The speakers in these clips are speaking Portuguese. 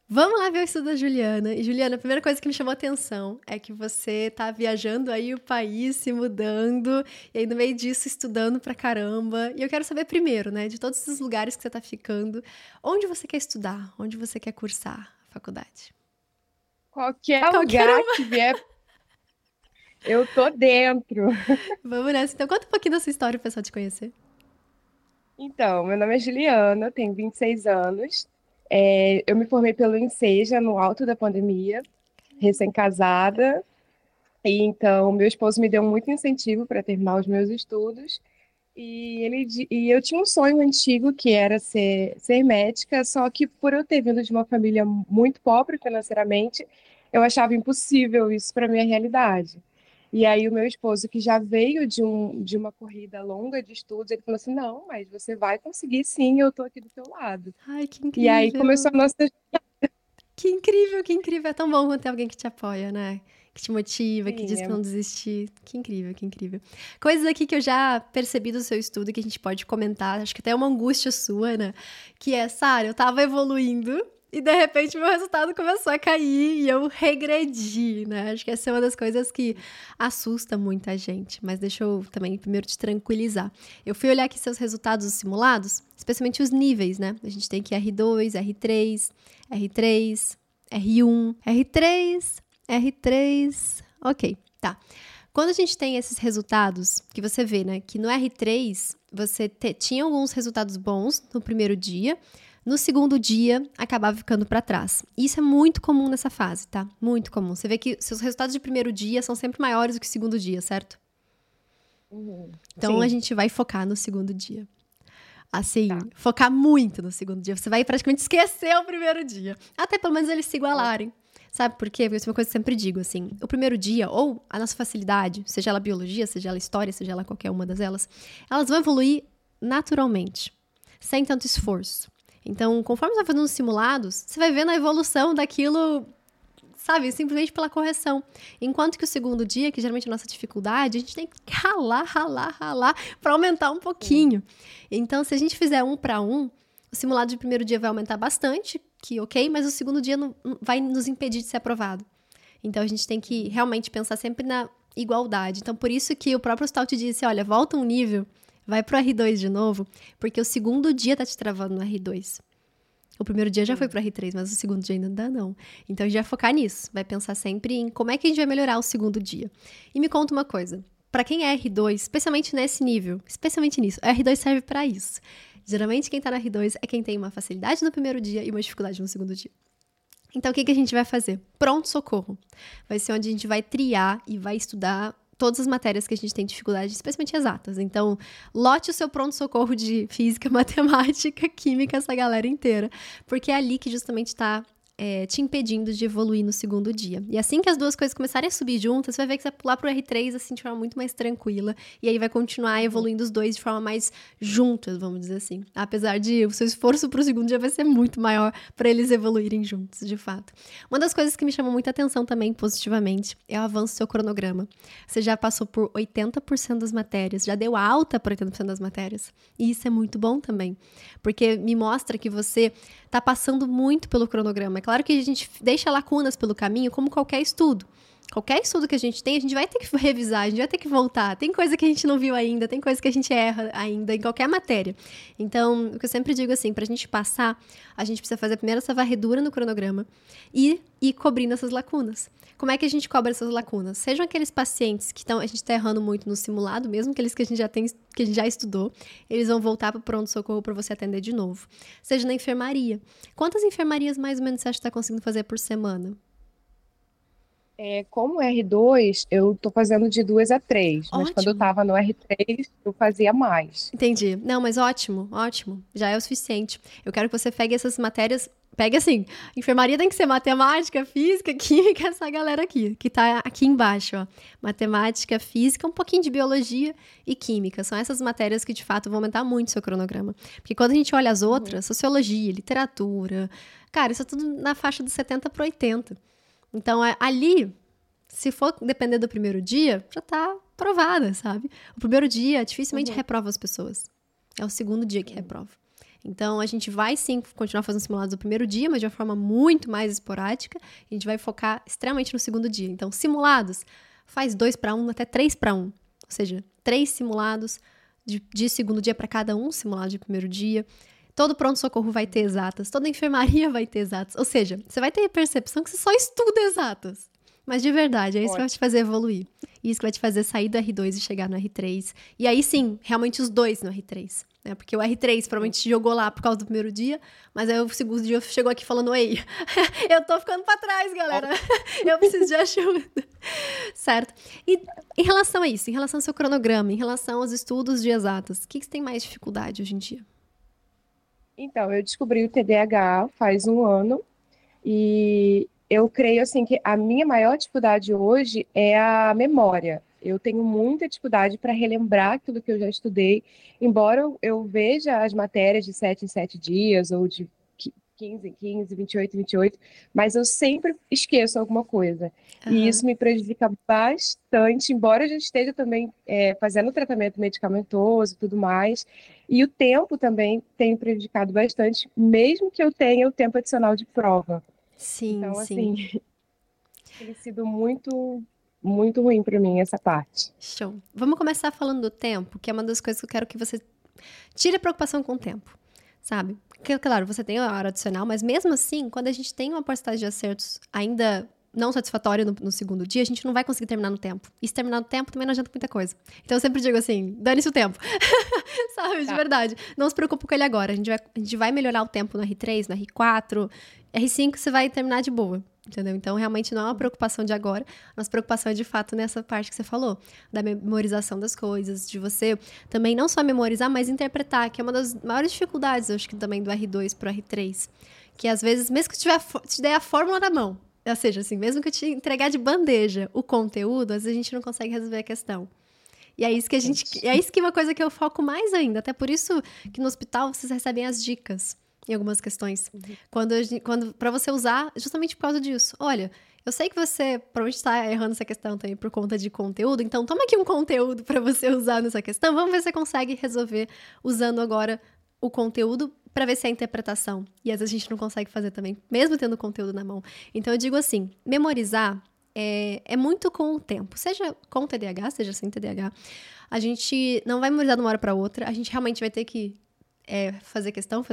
Vamos lá ver o estudo da Juliana. E, Juliana, a primeira coisa que me chamou a atenção é que você tá viajando aí o país, se mudando, e aí no meio disso estudando pra caramba. E eu quero saber primeiro, né, de todos esses lugares que você tá ficando, onde você quer estudar, onde você quer cursar a faculdade? Qualquer Qualquer lugar uma. que vier, eu tô dentro. Vamos nessa. Então, conta um pouquinho da sua história pro pessoal te conhecer. Então, meu nome é Juliana, tenho 26 anos. Eu me formei pelo Enseja no alto da pandemia, recém-casada. E então, meu esposo me deu muito incentivo para terminar os meus estudos. E eu tinha um sonho antigo que era ser médica, só que por eu ter vindo de uma família muito pobre financeiramente, eu achava impossível isso para minha realidade. E aí o meu esposo, que já veio de uma corrida longa de estudos, ele falou assim, não, mas você vai conseguir sim, eu tô aqui do teu lado. Ai, que E aí começou incrível. a nossa... Que incrível, que incrível. É tão bom quando tem alguém que te apoia, né? Que te motiva, que diz Sim, pra não desistir. Que incrível, que incrível. Coisas aqui que eu já percebi do seu estudo e que a gente pode comentar, acho que até é uma angústia sua, né? Que é, Sara, eu tava evoluindo e de repente meu resultado começou a cair e eu regredi, né? Acho que essa é uma das coisas que assusta muita gente. Mas deixa eu também primeiro te tranquilizar. Eu fui olhar aqui seus resultados simulados, especialmente os níveis, né? A gente tem aqui R2, R3, R3, R1, R3, R3. Ok, tá. Quando a gente tem esses resultados, que você vê, né, que no R3 você tinha alguns resultados bons no primeiro dia, no segundo dia acabava ficando para trás. Isso é muito comum nessa fase, tá? Muito comum. Você vê que seus resultados de primeiro dia são sempre maiores do que o segundo dia, certo? Uhum. Então a Sim, gente vai focar no segundo dia. Assim, tá. focar muito no segundo dia. Você vai praticamente esquecer o primeiro dia. Até pelo menos eles se igualarem. Sabe por quê? Porque isso é uma coisa que eu sempre digo, assim. O primeiro dia, ou a nossa facilidade, seja ela biologia, seja ela história, seja ela qualquer uma das elas vão evoluir naturalmente, sem tanto esforço. Então, conforme você vai fazendo os simulados, você vai vendo a evolução daquilo, sabe, simplesmente pela correção. Enquanto que o segundo dia, que geralmente é a nossa dificuldade, a gente tem que ralar, ralar, ralar para aumentar um Sim. pouquinho. Então, se a gente fizer 1 para 1, o simulado de primeiro dia vai aumentar bastante, que ok, mas o segundo dia não vai nos impedir de ser aprovado. Então, a gente tem que Uhum. realmente pensar sempre na igualdade. Então, por isso que o próprio Stout disse, olha, volta um nível, vai pro R2 de novo, porque o segundo dia tá te travando no R2. O primeiro dia já foi Sim. pro R3, mas o segundo dia ainda não dá, não. Então a gente vai focar nisso. Vai pensar sempre em como é que a gente vai melhorar o segundo dia. E me conta uma coisa. Pra quem é R2, especialmente nesse nível, especialmente nisso, a R2 serve pra isso. Geralmente quem tá na R2 é quem tem uma facilidade no primeiro dia e uma dificuldade no segundo dia. Então, o que a gente vai fazer? Pronto-socorro. Vai ser onde a gente vai triar e vai estudar todas as matérias que a gente tem dificuldade, especialmente exatas. Então, lote o seu pronto-socorro de física, matemática, química, essa galera inteira. Porque é ali que justamente está te impedindo de evoluir no segundo dia. E assim que as duas coisas começarem a subir juntas, você vai ver que você vai pular pro R3 assim, de forma muito mais tranquila. E aí vai continuar Uhum. evoluindo os dois de forma mais juntas, vamos dizer assim. Apesar de o seu esforço pro segundo dia vai ser muito maior para eles evoluírem juntos, de fato. Uma das coisas que me chamou muita atenção também, positivamente, é o avanço do seu cronograma. Você já passou por 80% das matérias, já deu alta por 80% das matérias. E isso é muito bom também, porque me mostra que você tá passando muito pelo cronograma. É claro que a gente deixa lacunas pelo caminho, como qualquer estudo. Qualquer estudo que a gente tem, a gente vai ter que revisar, a gente vai ter que voltar. Tem coisa que a gente não viu ainda, tem coisa que a gente erra ainda em qualquer matéria. Então, o que eu sempre digo assim, pra gente passar, a gente precisa fazer primeiro essa varredura no cronograma e ir cobrindo essas lacunas. Como é que a gente cobra essas lacunas? Sejam aqueles pacientes que a gente está errando muito no simulado, mesmo aqueles que a gente já tem, que a gente já estudou, eles vão voltar para o pronto-socorro para você atender de novo. Seja na enfermaria. Quantas enfermarias mais ou menos você acha que está conseguindo fazer por semana? Como R2, eu tô fazendo de 2 a 3, mas quando eu Ótimo. tava no R3, eu fazia mais. Entendi. Não, mas ótimo, ótimo. Já é o suficiente. Eu quero que você pegue essas matérias. Pegue assim, enfermaria tem que ser matemática, física, química, essa galera aqui, que tá aqui embaixo, ó. Matemática, física, um pouquinho de biologia e química. São essas matérias que, de fato, vão aumentar muito o seu cronograma. Porque quando a gente olha as Uhum. outras, sociologia, literatura, cara, isso é tudo na faixa dos 70 para 80. Então, ali, se for depender do primeiro dia, já tá aprovada, sabe? O primeiro dia dificilmente Uhum. reprova as pessoas. É o segundo dia que Sim. reprova. Então, a gente vai sim continuar fazendo simulados no primeiro dia, mas de uma forma muito mais esporádica. A gente vai focar extremamente no segundo dia. Então, simulados, faz 2-1 até 3-1. Ou seja, 3 simulados de segundo dia para cada um, simulado de primeiro dia. Todo pronto-socorro vai ter exatas, toda enfermaria vai ter exatas. Ou seja, você vai ter a percepção que você só estuda exatas. Mas de verdade, é isso que vai te fazer evoluir. Isso que vai te fazer sair do R2 e chegar no R3. E aí sim, realmente os dois no R3. Né? Porque o R3 provavelmente te jogou lá por causa do primeiro dia, mas aí o segundo dia chegou aqui falando, ei, eu tô ficando pra trás, galera. Eu preciso de ajuda. Certo? E em relação a isso, em relação ao seu cronograma, em relação aos estudos de exatas, o que você tem mais dificuldade hoje em dia? Então, eu descobri o TDAH faz um ano e eu creio assim que a minha maior dificuldade hoje é a memória. Eu tenho muita dificuldade para relembrar aquilo que eu já estudei, embora eu veja as matérias de 7 em 7 dias ou de 15 em 15, 28 em 28, mas eu sempre esqueço alguma coisa. E Aham. isso me prejudica bastante, embora eu já esteja também fazendo tratamento medicamentoso e tudo mais. E o tempo também tem prejudicado bastante, mesmo que eu tenha o tempo adicional de prova. Sim, Então, sim. assim, tem sido muito, muito ruim para mim essa parte. Show. Vamos começar falando do tempo, que é uma das coisas que eu quero que você tire a preocupação com o tempo, sabe? Porque, claro, você tem a hora adicional, mas mesmo assim, quando a gente tem uma porcentagem de acertos ainda não satisfatória no segundo dia, a gente não vai conseguir terminar no tempo. E se terminar no tempo, também não adianta muita coisa. Então eu sempre digo assim, dane-se o tempo. Sabe, de Tá. verdade. Não se preocupe com ele agora. A gente vai melhorar o tempo no R3, no R4. R5 você vai terminar de boa. Entendeu? Então, realmente não é uma preocupação de agora. A nossa preocupação é, de fato, nessa parte que você falou. Da memorização das coisas. De você também não só memorizar, mas interpretar. Que é uma das maiores dificuldades, eu acho que também do R2 pro R3. Que, às vezes, mesmo que eu te der a fórmula na mão. Ou seja, assim, mesmo que eu te entregar de bandeja o conteúdo, às vezes a gente não consegue resolver a questão. E é isso que é isso que é uma coisa que eu foco mais ainda. Até por isso que no hospital vocês recebem as dicas em algumas questões. Quando para você usar, justamente por causa disso. Olha, eu sei que você provavelmente está errando essa questão também por conta de conteúdo, então toma aqui um conteúdo para você usar nessa questão. Vamos ver se você consegue resolver usando agora o conteúdo para ver se é a interpretação. E às vezes a gente não consegue fazer também, mesmo tendo o conteúdo na mão. Então eu digo assim, memorizar é muito com o tempo. Seja com TDAH, seja sem TDAH. A gente não vai memorizar de uma hora para outra. A gente realmente vai ter que fazer questão.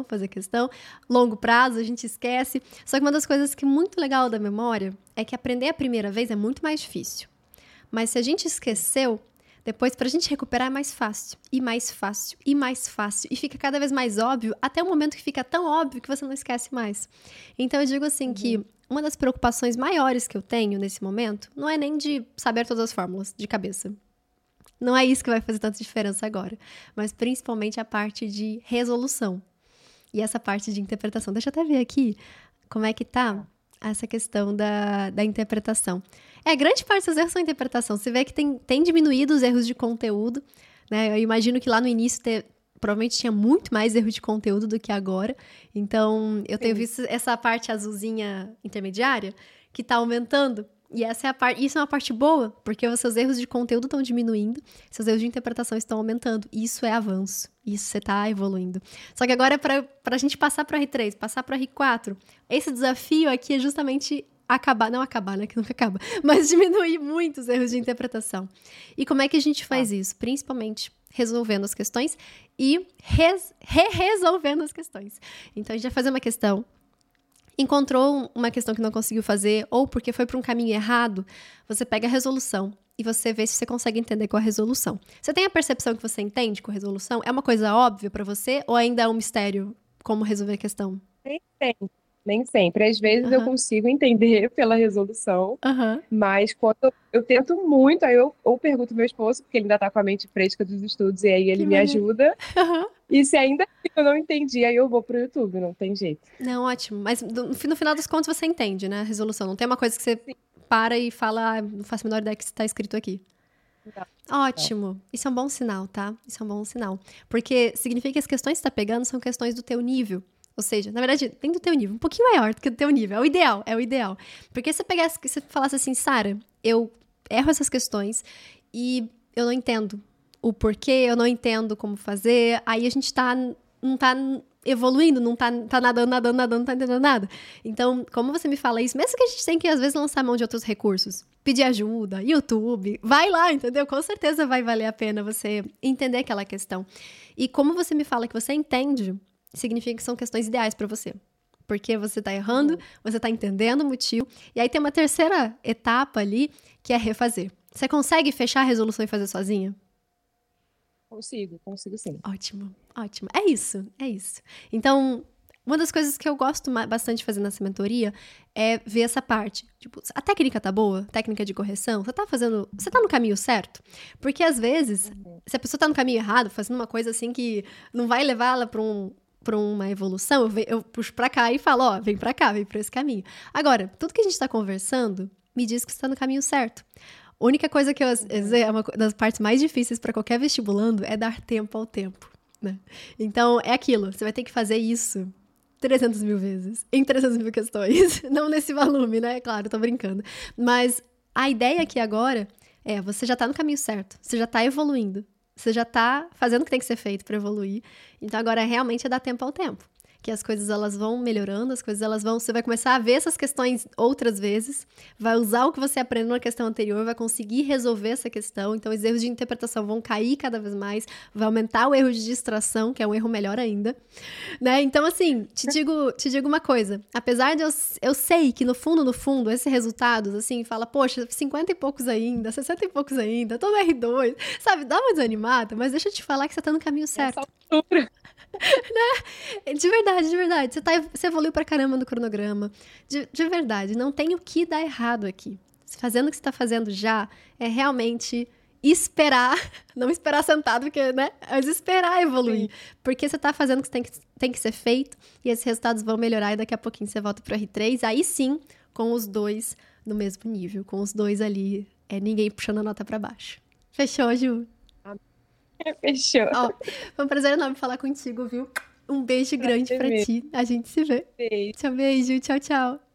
Longo prazo, a gente esquece. Só que uma das coisas que é muito legal da memória é que aprender a primeira vez é muito mais difícil. Mas se a gente esqueceu, depois pra gente recuperar é mais fácil. E mais fácil, e mais fácil. E fica cada vez mais óbvio, até o momento que fica tão óbvio que você não esquece mais. Então eu digo assim que uma das preocupações maiores que eu tenho nesse momento não é nem de saber todas as fórmulas de cabeça. Não é isso que vai fazer tanta diferença agora. Mas principalmente a parte de resolução. E essa parte de interpretação. Deixa eu até ver aqui como é que tá essa questão da interpretação. Grande parte dos erros são interpretação. Você vê que tem diminuído os erros de conteúdo, né? Eu imagino que lá no início provavelmente tinha muito mais erro de conteúdo do que agora. Então, eu tenho visto essa parte azulzinha intermediária que tá aumentando. E isso é uma parte boa, porque os seus erros de conteúdo estão diminuindo, seus erros de interpretação estão aumentando. Isso é avanço, isso você está evoluindo. Só que agora, para a gente passar para R3, passar para R4, esse desafio aqui é justamente não acabar, né, que nunca acaba, mas diminuir muito os erros de interpretação. E como é que a gente faz isso? Principalmente resolvendo as questões e resolvendo as questões. Então, a gente vai fazer uma questão, encontrou uma questão que não conseguiu fazer, ou porque foi para um caminho errado, você pega a resolução e você vê se você consegue entender com a resolução. Você tem a percepção que você entende com a resolução? É uma coisa óbvia para você ou ainda é um mistério como resolver a questão? Nem sempre, nem sempre. Às vezes eu Aham, consigo entender pela resolução, aham. mas quando eu tento muito, aí eu ou pergunto ao meu esposo, porque ele ainda está com a mente fresca dos estudos, e aí ele Que me maneiro. ajuda. Aham. E se ainda assim eu não entendi, aí eu vou pro YouTube, não tem jeito. Não, ótimo. Mas no final dos contos você entende, né? A resolução. Não tem uma coisa que você Sim, para e fala, não faço a menor ideia que está escrito aqui. não, não. Ótimo. Isso é um bom sinal, tá? Isso é um bom sinal. Porque significa que as questões que você está pegando são questões do teu nível. Ou seja, na verdade, tem do teu nível, um pouquinho maior do que do teu nível. É o ideal. Porque se você falasse assim, Sara, eu erro essas questões e eu não entendo o porquê, eu não entendo como fazer, aí a gente tá não tá evoluindo, não tá nadando, não tá entendendo nada. Então, como você me fala isso, mesmo que a gente tem que, às vezes, lançar mão de outros recursos, pedir ajuda, YouTube, vai lá, entendeu? Com certeza vai valer a pena você entender aquela questão. E como você me fala que você entende, significa que são questões ideais pra você. Porque você tá errando, você tá entendendo o motivo. E aí tem uma terceira etapa ali, que é refazer. Você consegue fechar a resolução e fazer sozinha? Consigo sim. Ótimo, ótimo. É isso, é isso. Então, uma das coisas que eu gosto bastante de fazer nessa mentoria é ver essa parte. Tipo, a técnica tá boa? Técnica de correção? Você tá no caminho certo? Porque às vezes, se a pessoa tá no caminho errado, fazendo uma coisa assim que não vai levá-la pra uma evolução, eu puxo pra cá e falo, ó, vem pra cá, vem pra esse caminho. Agora, tudo que a gente tá conversando me diz que você tá no caminho certo. A única coisa que é uma das partes mais difíceis para qualquer vestibulando é dar tempo ao tempo, né? Então, é aquilo, você vai ter que fazer isso 300 mil vezes, em 300 mil questões. Não nesse volume, né? Claro, tô brincando. Mas a ideia aqui agora é, você já tá no caminho certo, você já tá evoluindo, você já tá fazendo o que tem que ser feito para evoluir. Então, agora realmente é dar tempo ao tempo. Que as coisas elas vão melhorando, você vai começar a ver essas questões outras vezes, vai usar o que você aprendeu na questão anterior, vai conseguir resolver essa questão, então os erros de interpretação vão cair cada vez mais, vai aumentar o erro de distração, que é um erro melhor ainda, né? Então, assim, te digo uma coisa, apesar de eu sei que no fundo, esses resultados, assim, fala, poxa, 50 e poucos ainda, 60 e poucos ainda, tô no R2, sabe? Dá uma desanimada, mas deixa eu te falar que você tá no caminho certo. De verdade. Você evoluiu pra caramba no cronograma. De verdade, não tem o que dar errado aqui. Fazendo o que você tá fazendo já é realmente esperar, não esperar sentado, porque, né? Mas esperar evoluir. Sim. Porque você tá fazendo o que tem que ser feito e esses resultados vão melhorar e daqui a pouquinho você volta pro R3. Aí sim, com os dois no mesmo nível, com os dois ali, ninguém puxando a nota pra baixo. Fechou, Ju? Fechou. Ó, foi um prazer enorme falar contigo, viu? Um beijo grande pra ti. A gente se vê. Beijo. Tchau, beijo. Tchau, tchau.